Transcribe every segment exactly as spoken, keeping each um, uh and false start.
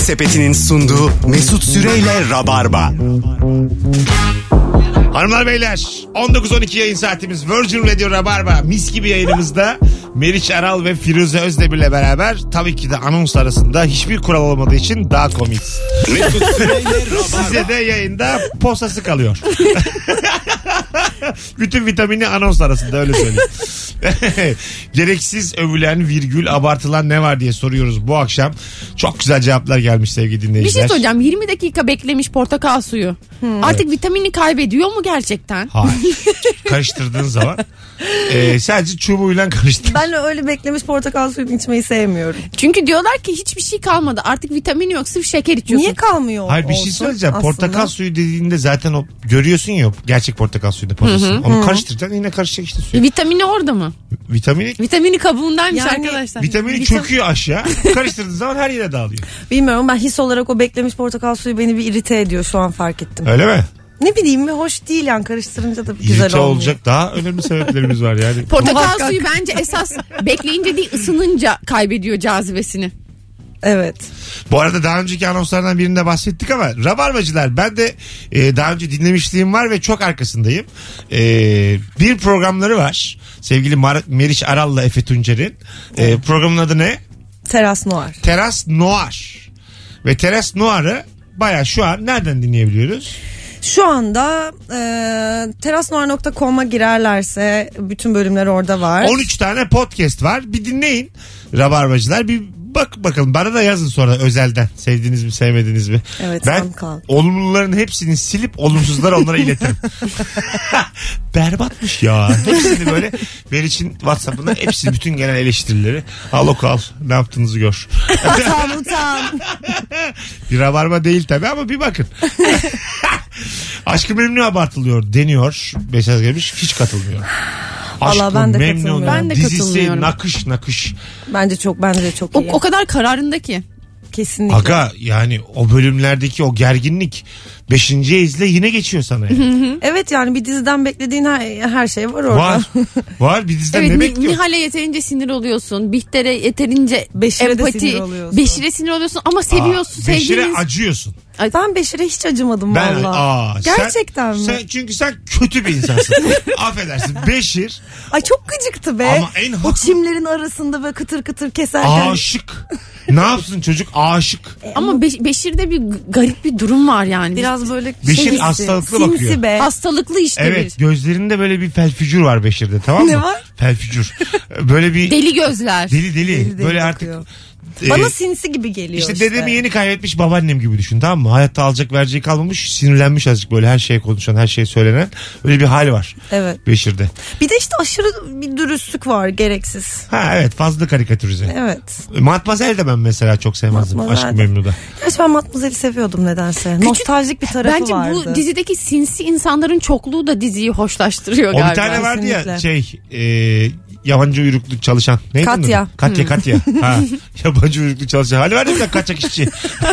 Sepeti'nin sunduğu Mesut Süreyle Rabarba. Hanımlar beyler, on dokuz on iki yayın saatimiz Virgin Radio Rabarba mis gibi yayınımızda Meriç Aral ve Firuze Özdemir'le beraber, tabii ki de anons arasında hiçbir kural olmadığı için daha komiyiz. Mesut Süreyle Rabarba. Size de yayında posası kalıyor. Bütün vitamini anons arasında, öyle söyleyeyim. Gereksiz övülen, virgül, abartılan ne var diye soruyoruz bu akşam. Çok güzel cevaplar gelmiş sevgili dinleyiciler. Bir şey söyleyeceğim. yirmi dakika beklemiş portakal suyu. Hmm. Artık evet. Vitamini kaybediyor mu gerçekten? Hayır. Karıştırdığın zaman e, sadece çubuğuyla karıştır. Ben öyle beklemiş portakal suyunu içmeyi sevmiyorum. Çünkü diyorlar ki hiçbir şey kalmadı. Artık vitamini yok, sırf şeker içiyorsun. Niye kalmıyor? Hayır, bir şey söyleyeceğim. Aslında. Portakal suyu dediğinde zaten o görüyorsun ya, gerçek portakal suyu deposu. Onu karıştıracaksın, yine karışacak işte suyu. Vitamini orada mı? Vitamini? Vitamini kabuğundaymış yani, arkadaşlar. Vitamini Vitam- çöküyor aşağı. Karıştırdığın zaman her yere dağılıyor. Bilmiyorum, ben his olarak o beklemiş portakal suyu beni bir irite ediyor, şu an fark ettim. Öyle mi? Ne bileyim mi, hoş değil yani, karıştırınca da güzel İrite olmuyor. olacak daha önemli sebeplerimiz var yani. Portakal Muhakkak. Suyu bence esas bekleyince değil, ısınınca kaybediyor cazibesini. Evet. Bu arada daha önceki anonslardan birinde bahsettik ama Rabarbacılar, ben de e, daha önce dinlemişliğim var ve çok arkasındayım. E, bir programları var. Sevgili Mar- Meriç Aral'la Efe Tuncer'in. E, programın adı ne? Teras Noir. Teras Noir. Ve Teras Noir'ı baya şu an nereden dinleyebiliyoruz? Şu anda e, terasnoir nokta com'a girerlerse bütün bölümler orada var. on üç tane podcast var. Bir dinleyin Rabarbacılar. Bir bak bakalım, bana da yazın sonra özelden. Sevdiniz mi, sevmediniz mi? Evet, ben olumluların hepsini silip olumsuzları onlara iletirim. Berbatmış ya. Hepsini böyle Meriç'in WhatsApp'ına, hepsini, bütün genel eleştirileri al oku al. Ne yaptığınızı gör. Utan utan. Bir Rabarba değil tabii ama bir bakın. Aşk-ı Memnu abartılıyor deniyor. Mesaj gelmiş, hiç katılmıyor. Valla ben de katılmıyorum. Ben de dizisi katılmıyorum. nakış nakış. Bence çok, bence de çok o, iyi. O kadar kararında ki. Kesinlikle. Aga yani o bölümlerdeki o gerginlik beşinci izle yine geçiyor sana yani. Evet, yani bir diziden beklediğin her, her şey var orada. Var. Var, bir diziden evet, ne bekliyorsun? Nihal'e yeterince sinir oluyorsun. Bihter'e yeterince Beşir'e empati. de sinir oluyorsun. Beşir'e sinir oluyorsun ama seviyorsun. Aa, Beşir'e sevdiğiniz... acıyorsun. Ben Beşir'e hiç acımadım Ben, valla. aa, Gerçekten sen, mi? Sen, çünkü sen kötü bir insansın. Affedersin, Beşir. Ay çok gıcıktı be. Ama en o haklı... çimlerin arasında böyle kıtır kıtır keserken. Aşık. Ne yapsın çocuk, aşık. E, ama Be- Beşir'de bir garip bir durum var yani. Biraz böyle Beşir şey, hastalıklı sinsi bakıyor. Be. Hastalıklı işte. Evet, bir. gözlerinde böyle bir felfücür var Beşir'de, tamam mı? Ne var? Felfücür. Böyle bir deli gözler. Deli deli. Deli deli böyle bakıyor. artık bana e, sinsi gibi geliyor işte. İşte dedemi yeni kaybetmiş babaannem gibi düşün, tamam mı? Hayatta alacak vereceği kalmamış, sinirlenmiş azıcık, böyle her şeye konuşan, her şeye söylenen, öyle bir hal var. Evet. Beşir'de. Bir de işte aşırı bir dürüstlük var, gereksiz. Ha evet, fazla karikatürize. Evet. Matmazel de ben mesela çok sevmezdim Aşk-ı Memnu'da. Gerçi ben Matmazel'i seviyordum nedense. Küçük, nostaljik bir tarafı bence vardı. Bence bu dizideki sinsi insanların çokluğu da diziyi hoşlaştırıyor o galiba. Bir tane vardı kesinlikle. ya şey e, yabancı uyruklu çalışan. Neydi Katya. Onun? Katya Katya. Ha, yabancı uyruklu çalışan. Hali vardı ya, kaçak işçi.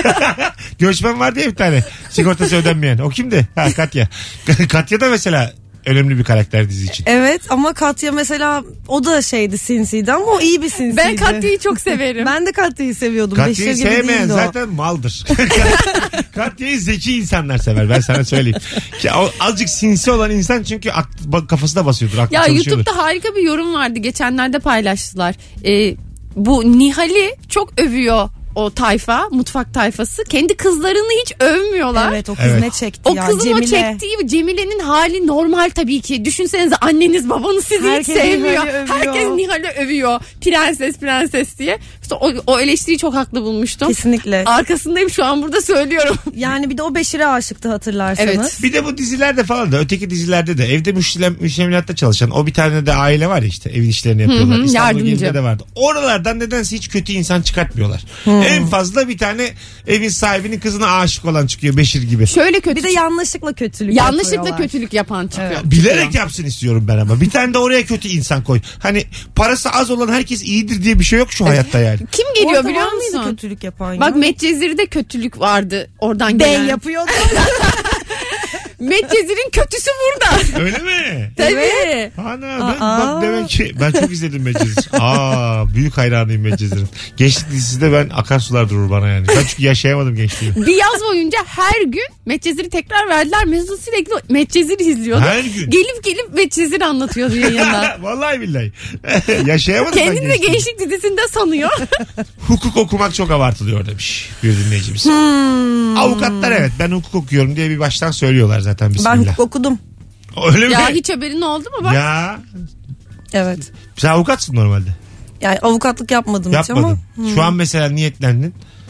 Göçmen vardı ya bir tane. Sigortası ödenmeyen. O kimdi? Ha, Katya. Katya da mesela önemli bir karakter dizi için. Evet ama Katya mesela, o da şeydi, sinsiydi ama o iyi bir sinsiydi. Ben Katya'yı çok severim. Ben de Katya'yı seviyordum. Katya'yı sevmeyen zaten maldır. Katya'yı zeki insanlar sever, ben sana söyleyeyim. O azıcık sinsi olan insan çünkü aklı, kafası da basıyordur, aklı ya çalışıyordur. YouTube'da harika bir yorum vardı, geçenlerde paylaştılar. Ee, bu Nihal'i çok övüyor o tayfa, mutfak tayfası. Kendi kızlarını hiç övmüyorlar. Evet, o kız Evet. ne çekti o ya. kızın Cemile. o çektiği, Cemile'nin hali normal tabii ki. Düşünsenize, anneniz babanız sizi Herkes hiç sevmiyor. Nihal'i övüyor. Herkes Nihal'i övüyor. Prenses prenses diye. İşte o, o eleştiriyi çok haklı bulmuştum. Kesinlikle. Arkasındayım şu an, burada söylüyorum. Yani bir de o Beşir'e aşıktı, hatırlarsanız. Evet. Bir de bu dizilerde falan da, öteki dizilerde de evde müştemilat- müştemilatta çalışan o bir tane de aile var ya, işte evin işlerini yapıyorlar. Hı hı, İstanbul yardımcı. Gelin'de de vardı. Oralardan nedense hiç kötü insan çıkartmıyorlar. En fazla bir tane evin sahibinin kızına aşık olan çıkıyor, Beşir gibi. Şöyle kötü. Bir de yanlışlıkla kötülük yanlışlıkla yapıyorlar. kötülük yapan çıkıyor. Evet. Bilerek yapsın istiyorum ben ama. Bir tane de oraya kötü insan koy. Hani parası az olan herkes iyidir diye bir şey yok şu hayatta yani. Kim geliyor Orada biliyor var mıydı musun? kötülük yapan ya? Bak, Medcezir'de kötülük vardı oradan Ben gelen. yapıyordum. Medcezir'in kötüsü burada. Öyle mi? Tabii. Ana ben, bak demek ki ben çok izledim Medcezir. Aa büyük hayranıyım Medcezir'in. Gençlik dizisinde ben akarsular durur bana yani. Ben çünkü yaşayamadım gençliğimi. Bir yaz boyunca her gün Medcezir'i tekrar verdiler. Mesut sürekli Medcezir'i izliyordu. Her gün. Gelip gelip Medcezir anlatıyordu yayında. Vallahi billahi. Yaşayamadım ben Kendini de gençliğimi. gençlik dizisinde sanıyor. Hukuk okumak çok abartılıyor demiş bir dinleyicimiz. Hmm. Avukatlar evet ben hukuk okuyorum diye bir baştan söylüyorlar zaten. Bismillah. Ben hukuk okudum. Öyle mi? Ya hiç haberin oldu mu bak? Ya Evet. sen avukatsın normalde. Yani avukatlık yapmadım, hiç ama. Yapmadın. Şu an mesela niyetlendin.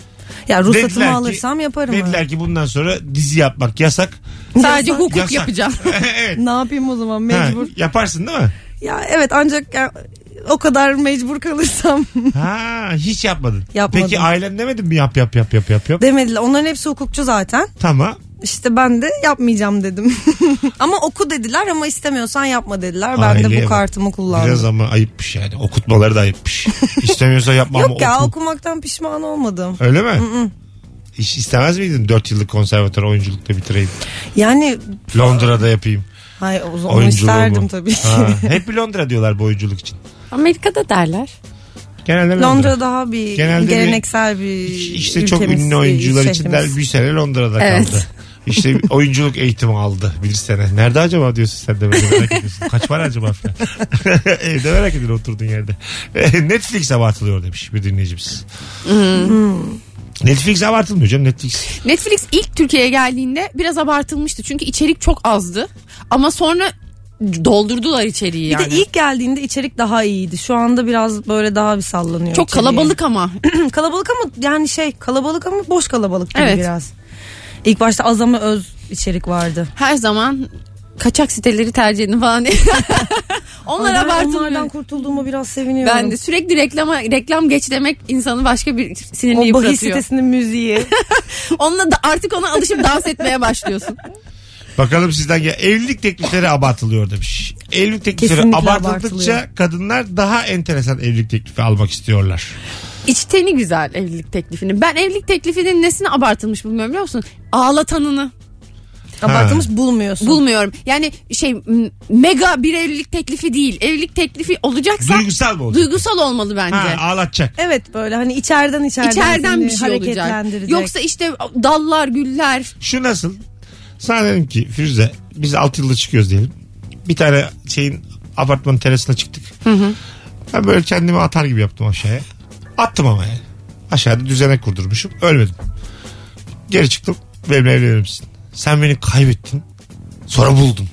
Ya ruhsatımı Dediler ki- alırsam yaparım. Dediler abi. ki bundan sonra dizi yapmak yasak. Sadece hukuk Yasak. yapacağım. Evet. Ne yapayım o zaman, Ha, mecbur. yaparsın değil mi? Ya evet, ancak ya, o kadar mecbur kalırsam. Ha, hiç yapmadın. Yapmadım. Peki ailen demedi mi yap yap yap yap yap yap? Demediler. Onların hepsi hukukçu zaten. Tamam. İşte ben de yapmayacağım dedim. Ama oku dediler, ama istemiyorsan yapma dediler. Ben de Aileye bu bak. kartımı kullandım. Biraz ama ayıpmış yani. Okutmaları da ayıpmış. İstemiyorsa yapma ama Yok ya, oku. okumaktan pişman olmadım. Öyle mi? Hiç istemez miydin dört yıllık konservatuar oyunculukta bitireyim? Yani Londra'da yapayım. hayır, o zaman Oyunculuğumu. isterdim tabii ki. Ha, hep Londra diyorlar bu oyunculuk için. Amerika'da derler. Genelde Londra. Londra daha bir Genelde geleneksel bir, İşte çok ülkemiz, ünlü oyuncular için şehrimiz. de bir sene Londra'da Evet. kaldı. İşte oyunculuk eğitimi aldı bir sene. Nerede acaba diyorsun sen de böyle merak ediyorsun. Kaç para acaba falan. Evde merak ediyorsun oturduğun yerde. Netflix abartılıyor demiş bir dinleyicimiz. Hmm. Netflix abartılmıyor canım Netflix. Netflix ilk Türkiye'ye geldiğinde biraz abartılmıştı. Çünkü içerik çok azdı. Ama sonra doldurdular içeriği yani. Bir de ilk geldiğinde içerik daha iyiydi. Şu anda biraz böyle daha bir sallanıyor. Çok içeriği. kalabalık ama. Kalabalık ama yani şey kalabalık ama boş kalabalık gibi Evet. biraz. İlk başta az ama öz içerik vardı. Her zaman kaçak siteleri tercih edin falan diye. Onlar Ama ben abartılmıyor. onlardan kurtulduğuma biraz seviniyorum. Ben de sürekli reklama reklam geç demek insanı başka bir sinirini o bahis yıpratıyor. sitesinin müziği. Onunla da artık ona alışıp dans etmeye başlıyorsun. Bakalım sizden gel. Evlilik teklifleri abartılıyor demiş. Evlilik teklifleri Kesinlikle abartıldıkça abartılıyor. kadınlar daha enteresan evlilik teklifi almak istiyorlar. İçteni güzel evlilik teklifini. Ben evlilik teklifinin nesine abartılmış bulmuyorum biliyor musun? Ağlatanını Abartılmış bulmuyorsun. bulmuyorum. Yani şey m- mega bir evlilik teklifi değil. Evlilik teklifi olacaksa Duygusal mı olacak? duygusal olmalı bence. Ha, ağlatacak. Evet, böyle hani içeriden içeriden, İçeriden seni bir şey olacak. hareketlendirecek. Yoksa işte dallar, güller. Şu nasıl? Sana dedim ki Firuze biz altı yılda çıkıyoruz diyelim. Bir tane şeyin apartmanın terasına çıktık. Hı hı. Ben böyle kendimi atar gibi yaptım aşağıya. Attım ama yani. Aşağıda düzenek kurdurmuşum. Ölmedim. Geri çıktım. Benimle evlenir misin? Sen beni kaybettin. Sonra buldun.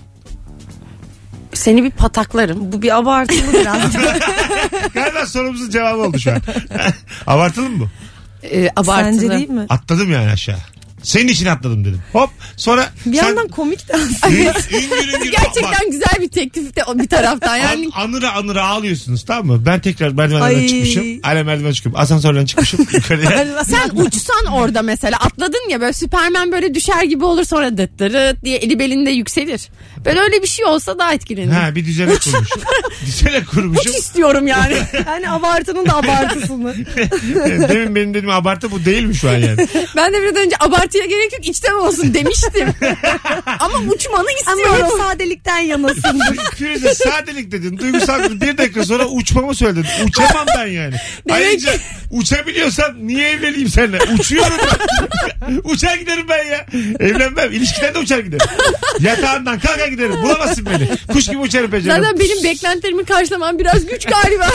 Seni bir pataklarım. Bu bir abartılı biraz. Galiba sorumuzun cevabı oldu şu an. Abartılı mı bu? Ee, abartılı. Sence değil mi? Atladım yani aşağı. Senin için atladım dedim. Hop sonra Bir sen yandan komik de aslında. üngür üngür üngür Gerçekten bak, güzel bir teklif de o bir taraftan. Yani an, anıra anıra ağlıyorsunuz tamam mı? Ben tekrar merdivenlerden Ay. çıkmışım. Hala merdiven çıkıyorum. Asansörden çıkmışım. Yukarıya. sen uçsan orada mesela atladın ya böyle Süpermen böyle düşer gibi olur sonra dıt dırıt diye eli belinde yükselir. Böyle öyle bir şey olsa daha etkilenirim. Ha bir düzenek kurmuşum. düzenek kurmuşum. Uç istiyorum yani. Yani abartının da abartısını. Demin benim dediğim abartı bu değil mi şu an yani? Ben de biraz önce abartıya gerek yok içten olsun demiştim. Ama uçmanı Ama istiyorum. hep sadelikten yanasın. Firuze sadelik dedin. Duygusal dedin. Bir dakika sonra uçmamı söyledin. Uçamam ben yani. Ayrıca uçabiliyorsan niye evleneyim seninle? Uçuyorum ben. Uçar giderim ben ya. Evlenmem. İlişkiden de uçar giderim. Yatağından kalkar giderim. Bulamazsın beni. Kuş gibi uçarım pencereden. Zaten benim beklentilerimi karşılamam biraz güç galiba.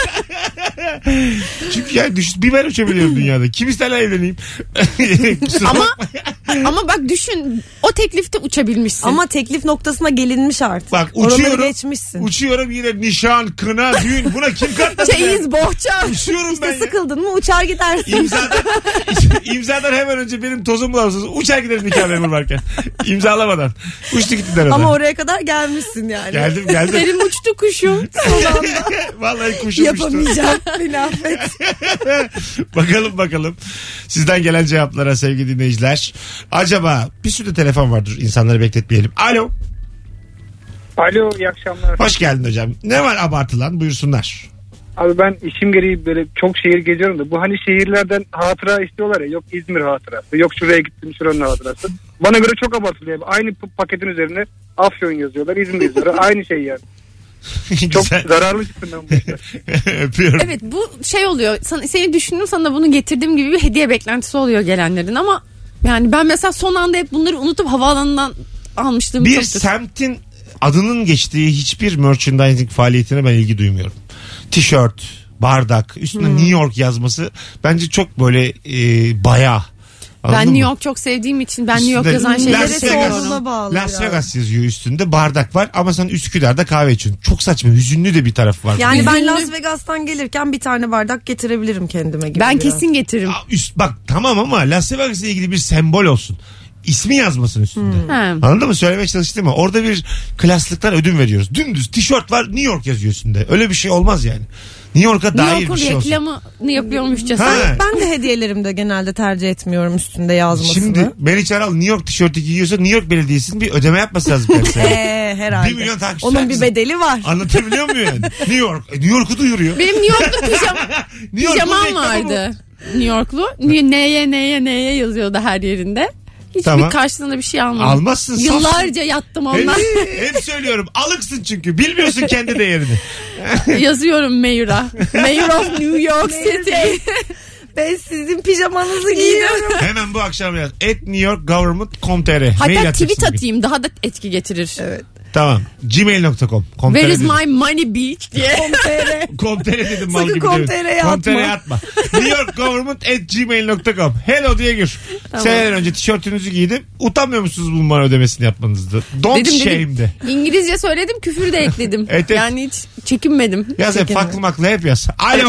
Çünkü yani düş, bir ben uçabiliyorum dünyada. Kim isterle evleneyim? Kusura ama bakma. ama bak düşün o teklifte uçabilmişsin. Ama teklif noktasına gelinmiş artık. Bak Oraları uçuyorum. geçmişsin. Uçuyorum yine nişan, kına, düğün. Buna kim katladı? Çeyiz, bohça. Uçuyorum ben İşte ya. sıkıldın mı uçar gidersin. İmzadan, imzadan hemen önce benim tozum bulamsınız. Uçar giderim nikah memur varken. İmzalamadan. Uçtu gitti dereden. Ama oraya kadar gelmişsin yani. Geldim geldim. Benim uçtu kuşum. Vallahi kuşum uçtu. Yapamayacağım. Beni affet. Bakalım bakalım. Sizden gelen cevaplara sevgili dinleyiciler. Acaba bir sürü telefon vardır. İnsanları bekletmeyelim. Alo. Alo, iyi akşamlar. Hoş geldin hocam. Ne var abartılan? Buyursunlar. Abi ben işim gereği böyle çok şehir geziyorum da bu hani şehirlerden hatıra istiyorlar ya, yok İzmir hatırası, yok şuraya gittim şuranın hatırası. Bana göre çok abartılıyor. Aynı paketin üzerine Afyon yazıyorlar, İzmir yazıyorlar. Aynı şey yani. Çok zararlı çıktım ben bu işte. Öpüyorum. Evet, bu şey oluyor. Sana, seni düşündüm, sana bunu getirdiğim gibi bir hediye beklentisi oluyor gelenlerin ama yani ben mesela son anda hep bunları unutup havaalanından almıştım. Bir çoktur. semtin adının geçtiği hiçbir merchandising faaliyetine ben ilgi duymuyorum. Tişört, bardak, üstünde hmm. New York yazması bence çok böyle e, bayağı. Anladın ben mı? New York çok sevdiğim için ben New York Üstünde yazan şeyleri Las seviyorum. bağlı Las ya. Vegas yazıyor üstünde, bardak var ama sen Üsküdar'da kahve içiyorsun. Çok saçma, hüzünlü de bir taraf var. Yani Hüzünlü. ben Las Vegas'tan gelirken bir tane bardak getirebilirim kendime gibi. Ben biraz. kesin getiririm. Aa, üst, bak tamam ama Las Vegas'la ilgili bir sembol olsun. İsmi yazmasın üstünde. Hmm. Anladın mı? Söylemeye çalıştım ama orada bir klaslıktan ödün veriyoruz. Dümdüz tişört var, New York yazıyor üstünde. Öyle bir şey olmaz yani. New York'a New dair York'un bir şey olsun. reklamını yapıyormuşçasına. Ha. Ben de hediyelerimde genelde tercih etmiyorum üstünde yazmasını. Şimdi Meriç Aral New York tişörtü giyiyorsa New York Belediyesi'nin bir ödeme yapması lazım kendisine. Eee herhalde. Bir milyon takipçi Onun var. bir bedeli var. Anlatabiliyor muyum yani? New York. E, New York'u duyuruyor. Benim New York'ta pijam, New York'un pijamam reklamı vardı. New Yorklu. Neye neye neye yazıyordu her yerinde. Hiçbir Tamam. karşılığında bir şey almadım. Almazsın. Yıllarca yattım ondan. Hep, hep söylüyorum. Alıksın çünkü. Bilmiyorsun kendi değerini. Yazıyorum Mayor'a. Mayor of New York City. Ben sizin pijamanızı giyiyorum. Hemen bu akşam yaz. at new york government nokta com nokta tr Mail Hatta atacaksın tweet bugün. atayım, daha da etki getirir. Evet. Tamam. gmail nokta com. Where is my money beach diye. Com.tr dedim mal Sakın gibi. com.tr'ye atma. Com.tr'ye atma. New York Government at gmail nokta com. Hello diye gir. Tamam. Seneler önce tişörtünüzü giydim. Utanmıyor musunuz bu numara ödemesini yapmanızda? Don't Dedim, shame dedim. de. İngilizce söyledim, küfür de ekledim. Evet, evet. Yani hiç çekinmedim. Yaz hep Çekinme. faklı maklı hep yaz. Alo.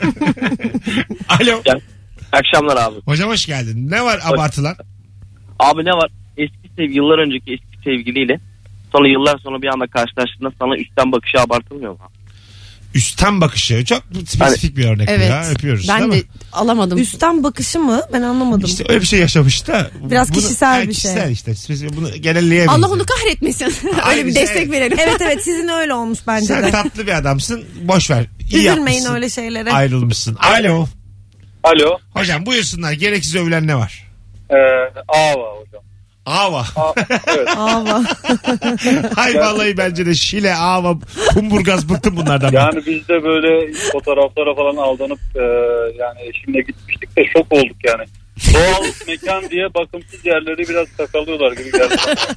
Alo. Akşamlar abi. Hocam hoş geldin. Ne var abartılan? Abi ne var? Eski sevgi, yıllar önceki eski sevgiliyle sonra yıllar sonra bir anda karşılaştığında sana üstten bakışı abartılmıyor mu? Üstten bakışı. Çok spesifik bir örnek Evet. bu ya. Öpüyoruz. Ben de değil mi? alamadım. Üstten bakışı mı? Ben anlamadım. İşte öyle bir şey yaşamış da. Biraz kişisel ha, bir kişisel şey. işte. Spesifik, bunu genelleyemeyiz. Allah yani. onu kahretmesin. Öyle Aynı bir şey. destek verelim. Evet evet sizin öyle olmuş bence Sen de. tatlı bir adamsın. Boş ver. İyi Üzülmeyin yapmışsın. öyle şeylere. Ayrılmışsın. Alo. Alo. Hocam buyursunlar. Gereksiz övülen ne var? Ee, Ava hocam. Ava. A- evet. Ava. Hay vallahi bence de Şile, Ava, Kumburgaz bıktım bunlardan. ben. Yani biz de böyle fotoğraflara falan aldanıp e, yani eşimle gitmiştik de şok olduk yani. Doğal mekan diye bakımsız yerleri biraz takalıyorlar gibi geldi.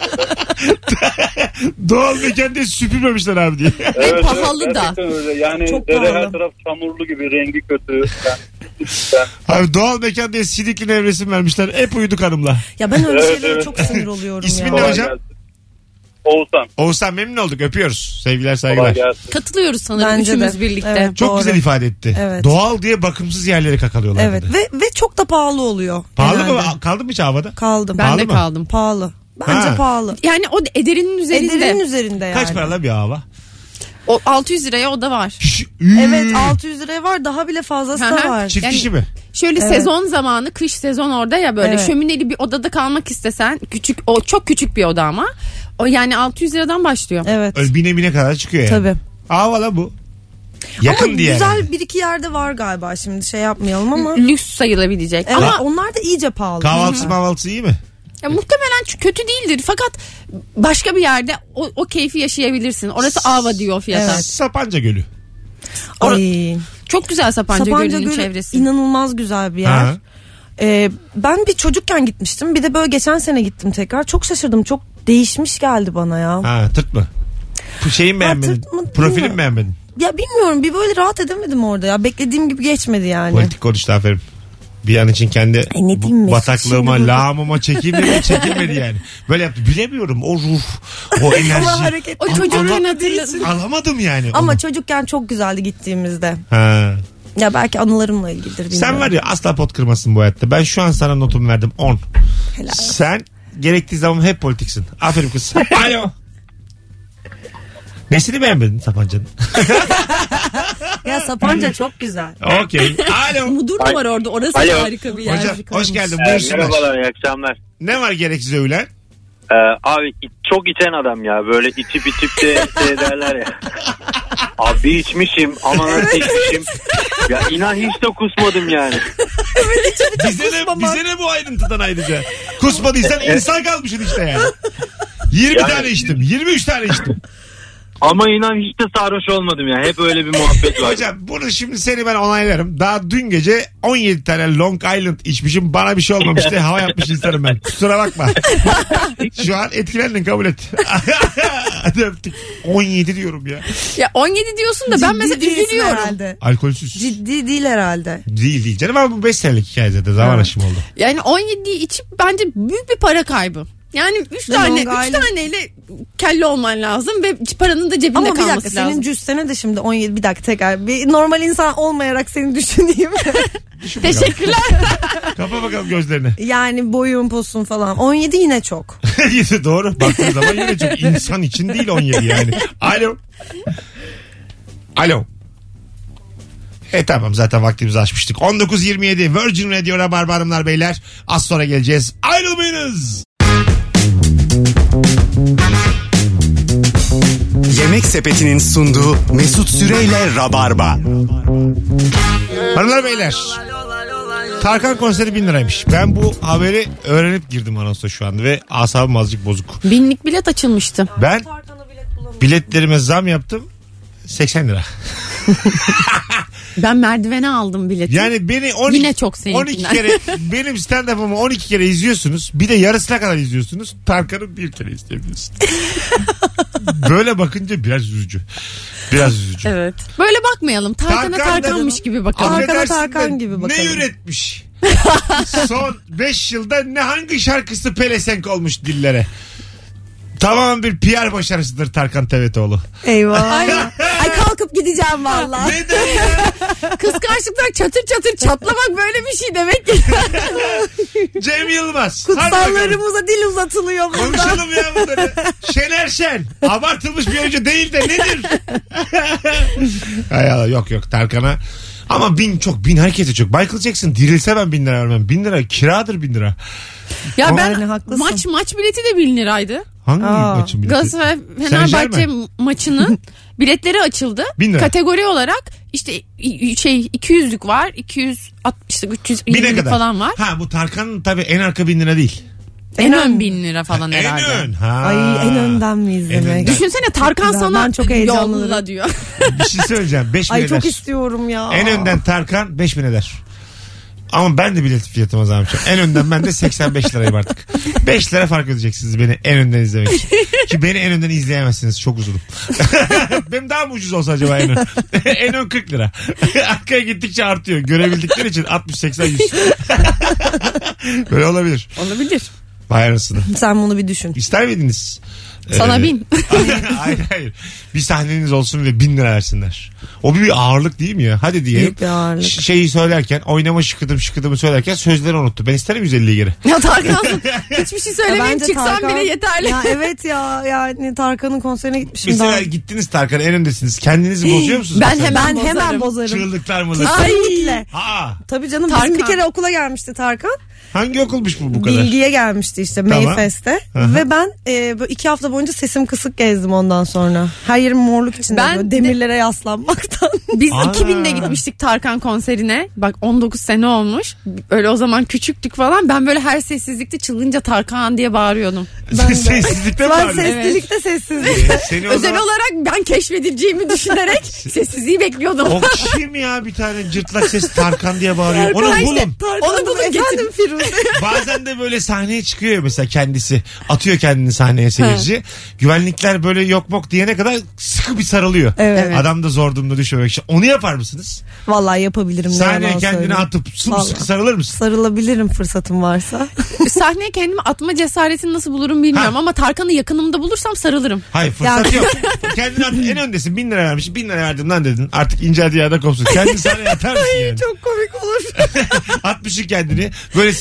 Doğal mekan diye süpürmemişler abi diye. Evet, pahalı evet, da. gerçekten öyle. Yani Çok dere pahalı. her taraf çamurlu gibi, rengi kötü. Yani, yani, Abi doğal mekan diye sidikli nevresim vermişler. Hep uyuduk hanımla. Ya ben öyle Evet, şeylere evet. çok sinir oluyorum İsmin ya. ne kolay hocam? gelsin. Oğuzhan. Oğuzhan memnun olduk. Öpüyoruz. Sevgiler Kolay saygılar. gelsin. Katılıyoruz sanırım Bence üçümüz de. birlikte. Evet. Çok Doğru. güzel ifade etti. Evet. Doğal diye bakımsız yerleri kakalıyorlar. Evet dedi. ve ve çok da pahalı oluyor. Pahalı genelde. mı? Kaldın mı hiç havada? Kaldım. Ben Pahalı de mı? kaldım. Pahalı. Bence Ha. pahalı. Yani o ederinin üzerinde. Ederinin üzerinde yani. Kaç paralı bir hava? O altı yüz liraya o da var. Evet altı yüz liraya var, daha bile fazlası Hı da hı. var. Çift Yani- kişi mi? Şöyle Evet. sezon zamanı, kış sezon orada ya, böyle Evet. şömineli bir odada kalmak istesen, küçük, o çok küçük bir oda ama o yani altı yüz liradan başlıyor. Evet. Öyle bine bine kadar çıkıyor yani. Tabii. Hava bu. Yakın Ama diye. güzel herhalde. bir iki yerde var galiba, şimdi şey yapmayalım ama. Lüks sayılabilecek. Evet, Ama onlar da iyice pahalı. Kahvaltısı mahvaltısı iyi mi? ya, muhtemelen ç- kötü değildir. Fakat başka bir yerde o, o keyfi yaşayabilirsin. Orası Ava diyor o fiyata. Evet. Sapanca Gölü. Ay. Çok güzel Sapanca, Sapanca Gölü'nün Gölü çevresi. inanılmaz güzel bir yer. Ha. Ee, ben bir çocukken gitmiştim. Bir de böyle geçen sene gittim tekrar. Çok şaşırdım. Çok değişmiş geldi bana ya. Ha tırt mı? Bu şeyin beğenmedin. tırt mı? Profilin Bilmiyorum. beğenmedin. Ya bilmiyorum, bir böyle rahat edemedim orada ya. Beklediğim gibi geçmedi yani. Politik konuştu aferin. Bir an için kendi Ay ne diyeyim Mesut bataklığıma, şimdi burada? lağımıma çekilmedi, çekilmedi yani. Böyle yaptı. Bilemiyorum o ruh, o enerji. Ama hareket. O çocukken hatırladım. Alamadım yani. Ama onu. çocukken çok güzeldi gittiğimizde. Ha. Ya belki anılarımla ilgilidir, bilmiyorum. Sen var ya asla pot kırmasın bu hayatta. Ben şu an sana notumu verdim on. Helal. Sen gerektiği zaman hep politiksin. Aferin kız. Alo. Nesini beğenmedin Sapanca'nın? Ya Sapanca çok güzel. Okey. Alo. Mudur da var orada. Orası Alo. harika bir yer. Hocam hoş geldin. Ee, Buyursunlar. merhabalar, iyi akşamlar. Ne var gereksiz övülen? Ee, abi iç- çok içen adam ya, böyle içip içip de şey derler ya. Abi içmişim ama nasıl içmişim. Ya inan hiç de kusmadım yani. bize ne, bize ne bu ayrıntıdan ayrıca? Kusmadıysan insan kalmışsın işte yani. yirmi Yani- tane içtim. yirmi üç tane içtim. Ama inan hiç de sarhoş olmadım ya. Hep öyle bir muhabbet var. Hocam bunu şimdi seni ben onaylarım. Daha dün gece on yedi tane Long Island içmişim. Bana bir şey olmamış diye hava yapmış insanım ben. Kusura bakma. Şu an etkilendin, kabul et. Hadi öptük. on yedi diyorum ya. Ya on yedi diyorsun da ben mesela Ciddi değilsin üzülüyorum. herhalde. Alkolsüz. Ciddi değil herhalde. Değil değil canım ama bu beş senelik hikaye zaten. Zaman Ha. aşımı oldu. Yani on yediyi içip bence büyük bir para kaybı. Yani üç Ve tane Long üç Island- taneyle kelle olman lazım ve paranın da cebinde Ama bir kalması dakika lazım. senin cüssene de şimdi on yedi bir dakika tekrar bir normal insan olmayarak seni düşüneyim. Teşekkürler. Kapa bakalım gözlerine. Yani boyun posun falan on yedi yine çok. Doğru. Baktığın zaman yine çok. İnsan için değil on yedi yani. Alo. Alo. E tamam zaten vaktimizi aşmıştık. on dokuz yirmi yedi Virgin Radio Rabarba Hanımlar Beyler. Az sonra geleceğiz. Ayrılmayınız. Yemek Sepeti'nin sunduğu Mesut Süreyle Rabarba. Hanımlar Beyler. Tarkan konseri bin liraymış. Ben bu haberi öğrenip girdim anonsa şu anda ve asabım azıcık bozuk. Binlik bilet açılmıştı. Ben biletlerime zam yaptım. seksen lira. Ben merdivene aldım bileti. Yani beni on iki, Yine çok seninkinden. on iki kere benim stand-up'ımı on iki kere izliyorsunuz. Bir de yarısına kadar izliyorsunuz. Tarkan'ı bir kere izleyebiliyorsunuz. Böyle bakınca biraz üzücü. Biraz üzücü. Evet. Böyle bakmayalım. Tarkan'a Tarkan Tarkanmış dedim. gibi bakalım. Tarkan'a Affedersin Tarkan de gibi Ne bakalım. üretmiş? Son beş yılda ne hangi şarkısı pelesenk olmuş dillere? Tamamen bir P R başarısıdır Tarkan Tevetoğlu. Eyvah. Ay kalkıp gideceğim valla. Neden ya? Kıskançlıktan çatır çatır çatlamak böyle bir şey demek ki. Cem Yılmaz. Hadi bakalım. Kutsallarımıza dil uzatılıyor burada. Konuşalım ya bunları. Şener Şen. Abartılmış bir oyuncu değil de nedir? Hay Allah, yok yok Tarkan'a. Ama bin çok, bin hareketi çok. Michael Jackson dirilse ben bin lira vermem. Bin lira kiradır bin lira. Ya ben Yani haklısın. maç maç bileti de bin liraydı. Hangi Aa, maçın bileti? Galatasaray Saint Fenerbahçe Germain. maçının biletleri açıldı. Bin lira. Kategori olarak işte şey iki yüzlük var, iki yüz altmışlık, üç yüz Bine yirmilik kadar. falan var. Ha bu Tarkan'ın tabii en arka bin lira değil. En En ön ön. bin lira falan en herhalde. ön. Ha. Ay en önden mi En izlemek? önden. Düşünsene Tarkan güzel. sana Ben çok heyecanlanırım. yolla diyor. Bir şey söyleyeceğim. Beş bin Ay eder. çok istiyorum ya. En önden Tarkan beş bin eder. Ama ben de bilet fiyatıma zam yapacağım. En önden ben de seksen beş lirayım artık. beş lira fark ödeyeceksiniz beni en önden izlemek için. Ki beni en önden izleyemezsiniz. Çok uzunum. Benim daha mı ucuz olsa acaba en ön? En ön kırk lira. Arkaya gittikçe artıyor. Görebildikleri için altmış seksen yüz. Böyle olabilir. Olabilir. Vay anasını. Sen bunu bir düşün. İster miydiniz? Sana Ee, bin. hayır hayır. Bir sahneniz olsun ve bin lira versinler. O bir ağırlık değil mi ya? Hadi diyelim. Büyük bir ağırlık. Ş- şeyi söylerken oynama şıkıdım şıkıdımı söylerken sözleri unuttu. Ben isterim yüz elliyi geri. Ya Tarkan hiçbir şey Ya söylemeyip bence çıksan Tarkan- bile yeterli. Ya evet ya yani Tarkan'ın konserine gitmişim Mesela daha. gittiniz Tarkan'a en öndesiniz. Kendinizi bozuyor musunuz? Ben mesela? hemen Ben hemen bozarım. bozarım. Çığlıklar mı? Kesinlikle. Ha, Tabii canım Tarkan. bizim bir kere okula gelmişti Tarkan. hangi okulmuş bu bu kadar? Bilgiye gelmişti işte Tamam. Mayfest'te. Aha. Ve ben e, böyle iki hafta boyunca sesim kısık gezdim ondan sonra. Her yerim morluk içinde Ben böyle de- demirlere yaslanmaktan. Biz Aa. iki binde gitmiştik Tarkan konserine. Bak on dokuz sene olmuş. Öyle o zaman küçüktük falan. Ben böyle her sessizlikte çılgınca Tarkan diye bağırıyordum. Sessizlikte mi Ben var? seslilikte sessizlik. Ee, Seni o Özel zaman... olarak ben keşfedileceğimi düşünerek sessizliği bekliyordum. O kim ya bir tane cırtlak ses Tarkan diye bağırıyor. Onu Tarkan işte. bulun. Onu bulun Efendim Firuze. Bazen de böyle sahneye çıkıyor ya mesela kendisi. Atıyor kendini sahneye seyirci. Güvenlikler böyle yok mok diyene kadar sıkı bir sarılıyor. Evet. Adam da zor durumda düşmemek için. Onu yapar mısınız? Vallahi yapabilirim. ne Sahneye yalan kendini söyleyeyim. atıp sımsıkı Vallahi. sarılır mısın? Sarılabilirim fırsatım varsa. Sahneye kendimi atma cesaretini nasıl bulurum bilmiyorum Ha. ama Tarkan'ı yakınımda bulursam sarılırım. Hayır fırsat yok. Kendini at, en öndesin bin lira vermiş. Bin lira verdim lan dedin. Artık inceldiği yerde kopsun. Kendini sahneye atar mısın yani? Çok komik olur. Atmışsın kendini. Böyle seni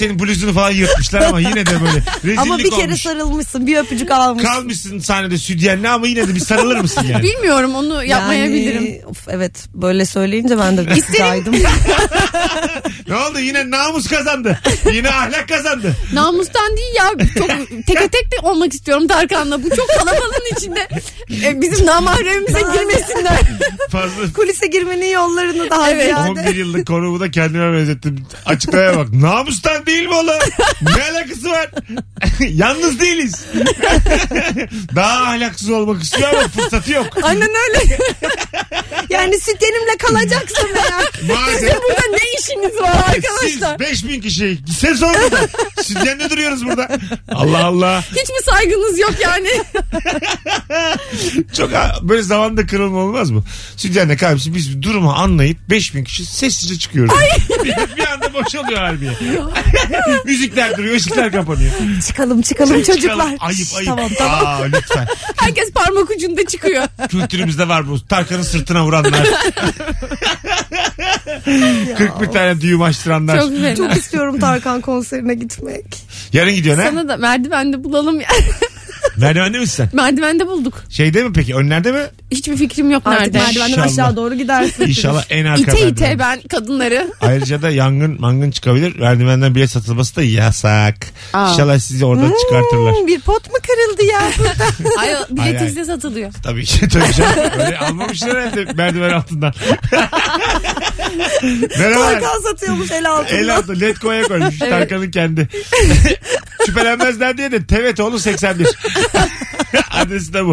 senin bluzunu falan yırtmışlar ama yine de böyle rezillik Ama bir kere olmuş. sarılmışsın, bir öpücük almışsın. Kalmışsın sahnede sütyenle ama yine de bir sarılır mısın yani? Bilmiyorum, onu yapmayabilirim. Yani, of, evet böyle söyleyince ben de bir kaydım. Ne oldu? Yine namus kazandı. Yine ahlak kazandı. Namustan değil ya. Çok teke tek de olmak istiyorum Tarkan'la. Bu çok kalabalığın içinde e, bizim namahremimize girmesinler. Fazla. Kulise girmenin yollarını daha Evet. ziyade. on bir yıllık konumu da kendime benzettim. Açıklamaya bak. Namustan değil mi oğlum? Ne alakası var? Yalnız değiliz. Daha ahlaksız olmak istiyor ama fırsatı yok. Aynen öyle. Yani sütyenimle kalacaksın ya. Madem Burada ne işiniz var arkadaşlar? siz beş bin kişi ses oldu da sütyenle duruyoruz burada. Allah Allah. Hiç mi saygınız yok yani? Çok böyle zamanda kırılma olmaz mı? Sütyenle kardeşim biz bir durumu anlayıp beş bin kişi sessizce çıkıyoruz. bir, bir anda boşalıyor harbiye. Müzikler duruyor, ışıklar kapanıyor. Çıkalım çıkalım çocuklar. Çıkalım. Ayıp ayıp. Tamam tamam. Aa, lütfen. Herkes parmak ucunda çıkıyor. Kültürümüzde var bu. Tarkan'ın sırtına vuranlar. kırk bir tane düğüm açtıranlar. Çok fena. Çok istiyorum Tarkan konserine gitmek. Yarın gidiyorsun ha? Sana da merdivende bulalım ya. Merdivende misin sen? Merdivende bulduk. Şeyde mi peki? Önlerde mi? Hiçbir fikrim yok Artık nerede. merdivenden İnşallah. aşağı doğru gidersin. İnşallah en arka İte merdiven. ite ben kadınları. Ayrıca da yangın mangın çıkabilir. Merdivenden bilet satılması da yasak. Aa. İnşallah sizi orada çıkartırlar. Hmm, bir pot mu kırıldı ya burada? Ay, Ay, bilet ay. izle satılıyor. Tabii ki tabii canım. Öyle almamışlar herhalde merdiven altından. Merhaba. Tarkan satıyormuş el altında. El altı Letgo'ya koymuş. Tarkan'ın kendi. Şüphelenmezler diye de Tevetoğlu seksen bir. Adresi de bu.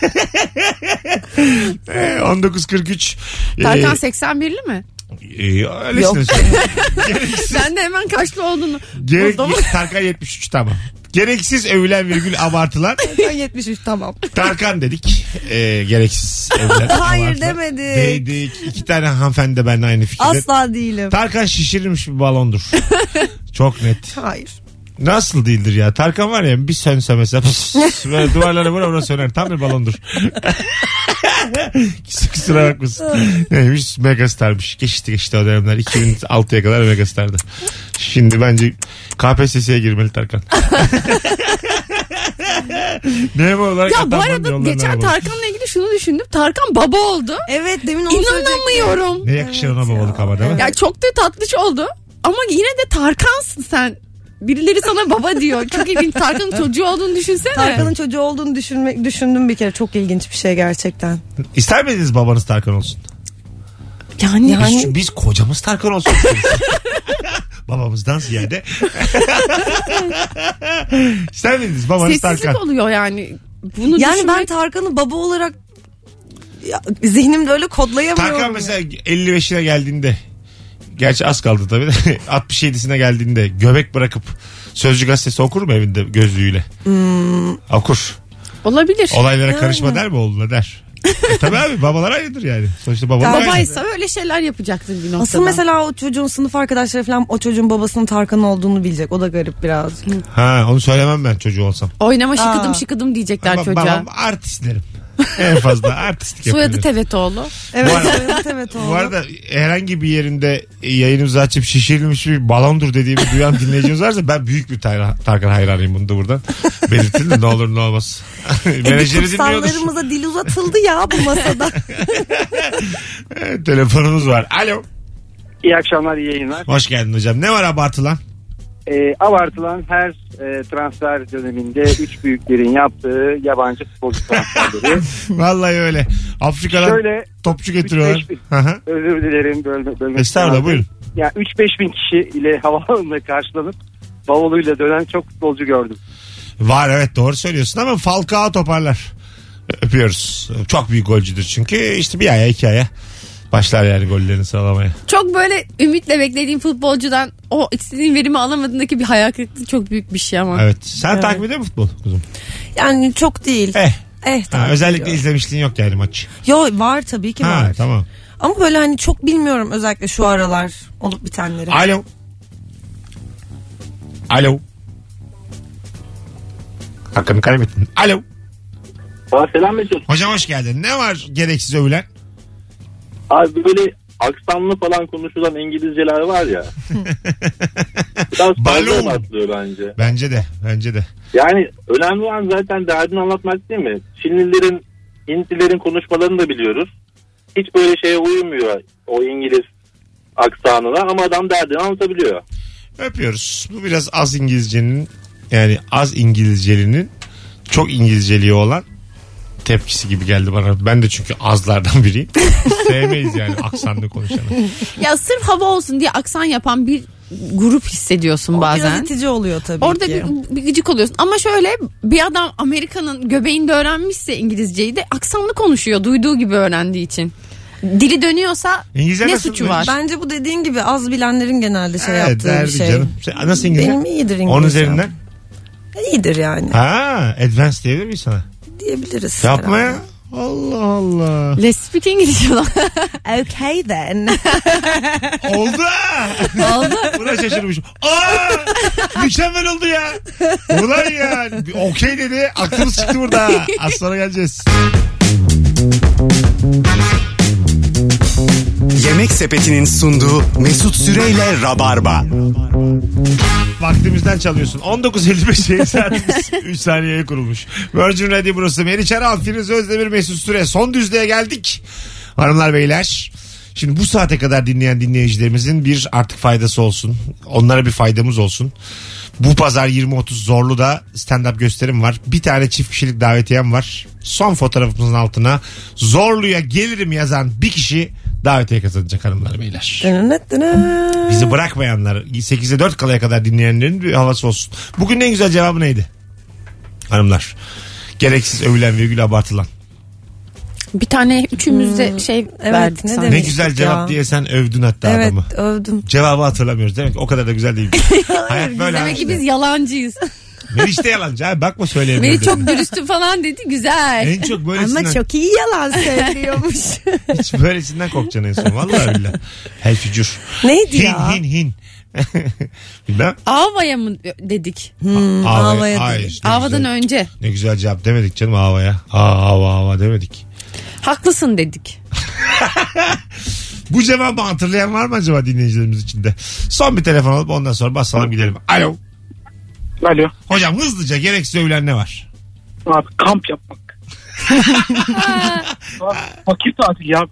on dokuz kırk üç. Tarkan seksen birli mi? Ee, öylesine söyleyeyim. Gereksiz. Ben de hemen kaçlı olduğunu Gerek, buldum. Tarkan yetmiş üç tamam. Gereksiz övülen virgül abartılan yetmiş üç tamam. Tarkan dedik. Ee, gereksiz övülen Hayır abartılan. demedik. Dedik. İki tane hanımefendi de benimle aynı fikirde. Asla değilim. Tarkan şişirilmiş bir balondur. Çok net. Hayır. Nasıl değildir ya? Tarkan var ya bir sönse mesela pıs, böyle duvarlara vura vura söner. Tam bir balondur. Kusura bakmasın. Neymiş? Megastarmış. Geçti geçti o dönemler. iki bin altıya kadar Megastar'dı. Şimdi bence K P S S'ye girmeli Tarkan. ne bu olarak? Ya bu atanmanın arada yollarına geçen araba. Tarkan'la ilgili şunu düşündüm. Tarkan baba oldu. Evet demin onu söyleyecektim. İnanamıyorum. Ne yakışır ona babalık ama değil mi? Ya çok da tatlış oldu. Ama yine de Tarkan'sın sen. Birileri sana baba diyor. Çok ilginç. Tarkan'ın çocuğu olduğunu düşünsene. Tarkan'ın çocuğu olduğunu düşünmek, düşündüm bir kere. Çok ilginç bir şey gerçekten. İster miydiniz babanız Tarkan olsun? Yani, yani Biz, biz kocamız Tarkan olsun. Babamızdan ziyade. İster miydiniz babanız sessizlik Tarkan? oluyor yani. Bunu Yani düşünmek... ben Tarkan'ı baba olarak ya, zihnimde öyle kodlayamıyorum. Tarkan ya. mesela elli beşine geldiğinde, gerçi az kaldı tabii de, altmış yedisine geldiğinde göbek bırakıp Sözcü gazetesi okur mu evinde gözlüğüyle? Hmm. Okur. Olabilir. Olaylara karışma der mi oğluna der. E tabii abi babalar aynıdır yani. Sonuçta babalar aynı. Babaysa öyle şeyler yapacaktır bir noktada. Asıl mesela o çocuğun sınıf arkadaşları falan o çocuğun babasının Tarkan olduğunu bilecek. O da garip biraz. Ha onu söylemem ben çocuğu olsam. Oynama şıkıdım Aa. şıkıdım diyecekler Ama çocuğa. babam artist derim. En fazla artistlik Soyadı yapabilirim. Tevetoğlu. Evet Bu arada- evet evet Bu oğlum. arada herhangi bir yerinde yayınımızı açıp şişirilmiş bir balondur dediğimi duyan dinleyicimiz varsa ben büyük bir Tar- Tarkan hayranıyım, bunu da buradan belirtin de ne olur ne olmaz. E, Menajeri dinliyordur. kutsallarımıza dil uzatıldı ya bu masada. Evet, telefonumuz var. Alo. İyi akşamlar, iyi yayınlar. Hoş geldin hocam. Ne var abartılan? Ee, abartılan her e, transfer döneminde üç büyüklerin yaptığı yabancı futbolcu transferleri. Vallahi öyle. Afrika'dan Şöyle topçu getiriyorlar. üç beş bin. Hı hı. Özür dilerim bölme, bölmek Estağfurullah istemezdim. buyurun. Ya üç beş bin kişi ile havaalanında karşılanıp bavuluyla dönen çok futbolcu gördüm. Var evet doğru söylüyorsun ama Falcao toparlar. Öpüyoruz. Çok büyük golcüdür çünkü işte bir aya iki aya başlar yani gollerini sıralamaya. Çok böyle ümitle beklediğim futbolcudan o istediğin verimi alamadığındaki bir hayal kırıklığı çok büyük bir şey ama. Evet. Sen takip ediyor musun futbol kuzum? Yani çok değil. Eh. Eh Ha, tabii. özellikle izlemişliğin yok yani maç. Yo var tabii ki Ha var. tamam. Ama böyle hani çok bilmiyorum özellikle şu aralar olup bitenleri. Alo. Alo. Hakkını kaybettin. Alo. Aa, selam Mesut. Hocam hoş geldin. Ne var gereksiz övülen? Abi böyle aksanlı falan konuşulan İngilizceler var ya. Biraz Balon. fazla atlıyor bence. Bence de. Bence de. Yani önemli olan zaten derdini anlatmak değil mi? Çinlilerin, Hintlilerin konuşmalarını da biliyoruz. Hiç böyle şeye uymuyor o İngiliz aksanına ama adam derdini anlatabiliyor. Öpüyoruz. Bu biraz az İngilizcenin, yani az İngilizcelinin çok İngilizceliği olan tepkisi gibi geldi bana. Ben de çünkü azlardan biriyim. Sevmeyiz yani aksanlı konuşanı. Ya sırf hava olsun diye aksan yapan bir grup hissediyorsun O bazen. biraz itici oluyor tabii Orada ki. bir, bir gıcık oluyorsun. Ama şöyle bir adam Amerika'nın göbeğinde öğrenmişse İngilizceyi de aksanlı konuşuyor. Duyduğu gibi öğrendiği için. Dili dönüyorsa İngilizce ne nasıl suçu var? Bence bu dediğin gibi az bilenlerin genelde şey Evet, yaptığı bir derdi şey. canım. Sen- Nasıl İngilizce? Benim iyidir İngilizce. On üzerinden? İyidir yani. Ha, advanced diyebilir miyiz sana? Diyebiliriz. Yapma herhalde. ya. Allah Allah. Let's speak English olan. Okay then. Oldu ha. Oldu. Buna şaşırmışım. Aa! Mükemmel oldu ya. Ulan ya. Okey dedi. Aklımız çıktı burada. Az sonra geleceğiz. Yemek Sepeti'nin sunduğu Mesut Süreyle Rabarba. Vaktimizden çalıyorsun. on dokuz elli beş yayın saatimiz üç saniyeye kurulmuş. Virgin Radio burası. Meriç Aral, Firuze Özdemir, Mesut Süre. Son düzlüğe geldik. Hanımlar beyler. Şimdi bu saate kadar dinleyen dinleyicilerimizin bir artık faydası olsun. Onlara bir faydamız olsun. Bu pazar yirmi otuz Zorlu'da stand-up gösterim var. Bir tane çift kişilik davetiyem var. Son fotoğrafımızın altına Zorlu'ya gelirim yazan bir kişi davetiye kazanacak hanımlar beyler. Bizi bırakmayanlar, sekize dört kalaya kadar dinleyenlerin bir havası olsun. Bugün en güzel cevabı neydi? Hanımlar. Gereksiz övülen virgül abartılan. Bir tane üçümüzde Hmm. şey Evet, verdik ne sana. Ne demek? güzel ya. cevap diye sen övdün hatta Evet adamı. övdüm. Cevabı hatırlamıyoruz. Demek ki o kadar da güzel değil. Hayat böyle. Demek ki işte. biz yalancıyız. Meriç de yalancı abi. Bakma söyleyemiyor. Beni çok dürüstüm falan dedi. Güzel. En çok böylesinden. Ama çok iyi yalan söylüyormuş. Hiç böylesinden korkacaksın en son. Vallahi billahi. Hel fücur. Neydi Hin ya? hin hin. Bilmem. Ava'ya mı dedik? Hmm, Ava'ya- Ava'ya Hayır, dedik. ne Ava'dan güzel- önce. Ne güzel cevap demedik canım havaya. Aa hava hava demedik. Haklısın dedik. Bu cevabı hatırlayan var mı acaba dinleyicilerimiz içinde? Son bir telefon alıp ondan sonra basalım gidelim. Alo. Alo. Hocam hızlıca gereksiz övülen ne var? Abi kamp yapmak. Abi, fakir tatil ya abi.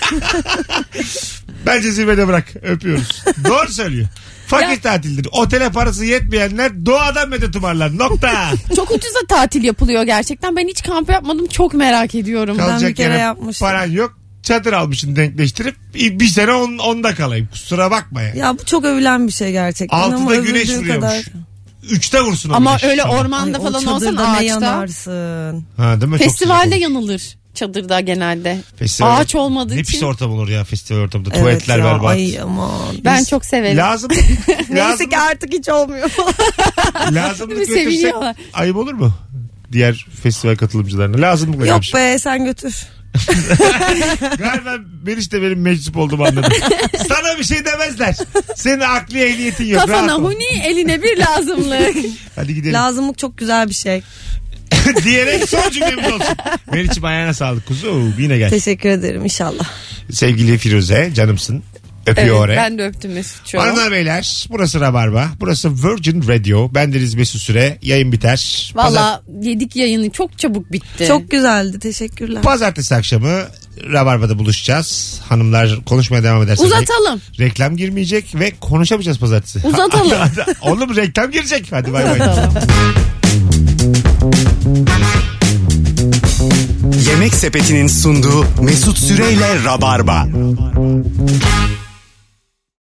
Bence zirvede bırak. Öpüyoruz. Doğru söylüyor. Fakir Ya- tatildir. Otele parası yetmeyenler doğadan medet umarlar. Nokta. Çok ucuza tatil yapılıyor gerçekten. Ben hiç kamp yapmadım. Çok merak ediyorum. Kalacak bir kere yere yapmıştım. paran yok. Çadır almışsın denkleştirip bir sene on, onda kalayım. Kusura bakma ya. Ya bu çok övülen bir şey gerçekten. Altıda ama güneş övüldüğü vuruyormuş. kadar. Üçte vursun o Ama güneş öyle sana. ormanda Ay, o falan olsan çadırda ne ağaçta. yanarsın. Ha, değil mi? Çok Festivalde sıcak olur. yanılır çadırda genelde. Festival- Ağaç olmadığı Ne için. pis ortam olur ya festival ortamında. Evet Tuvaletler ya, berbat. ay aman. Ben Biz- çok severim. Lazım. Neyse lazım. ki artık hiç olmuyor. Lazımlık Değil mi? götürsek Seviniyorlar. ayıp olur mu? Diğer festival katılımcılarına. Lazımlıkla Yok gelmiş. be sen götür. Galiba Meriç de benim meczup olduğumu anladım. Sana bir şey demezler. Senin akli ehliyetin yok. Kafana rahat ol. huni, eline bir lazımlık. Hadi gidelim. Lazımlık çok güzel bir şey. Diyerek son cümlemiz olsun. Meriç'im ayağına sağlık kuzu. Yine gel. Teşekkür ederim inşallah. Sevgili Firuze canımsın. Öpüyor Evet, oraya. ben de öptüm Mesut'cu. Hanımlar beyler burası Rabarba. Burası Virgin Radio. Bendeniz Mesut Süre. Yayın biter. Pazar- Valla yedik yayını çok çabuk bitti. Çok güzeldi teşekkürler. Pazartesi akşamı Rabarba'da buluşacağız. Hanımlar konuşmaya devam ederseniz. Uzatalım. Reklam girmeyecek ve konuşamayacağız pazartesi. Uzatalım. Oğlum reklam girecek. Hadi bay bay. Uzatalım. Yemek Sepeti'nin sunduğu Mesut Süreyle Rabarba.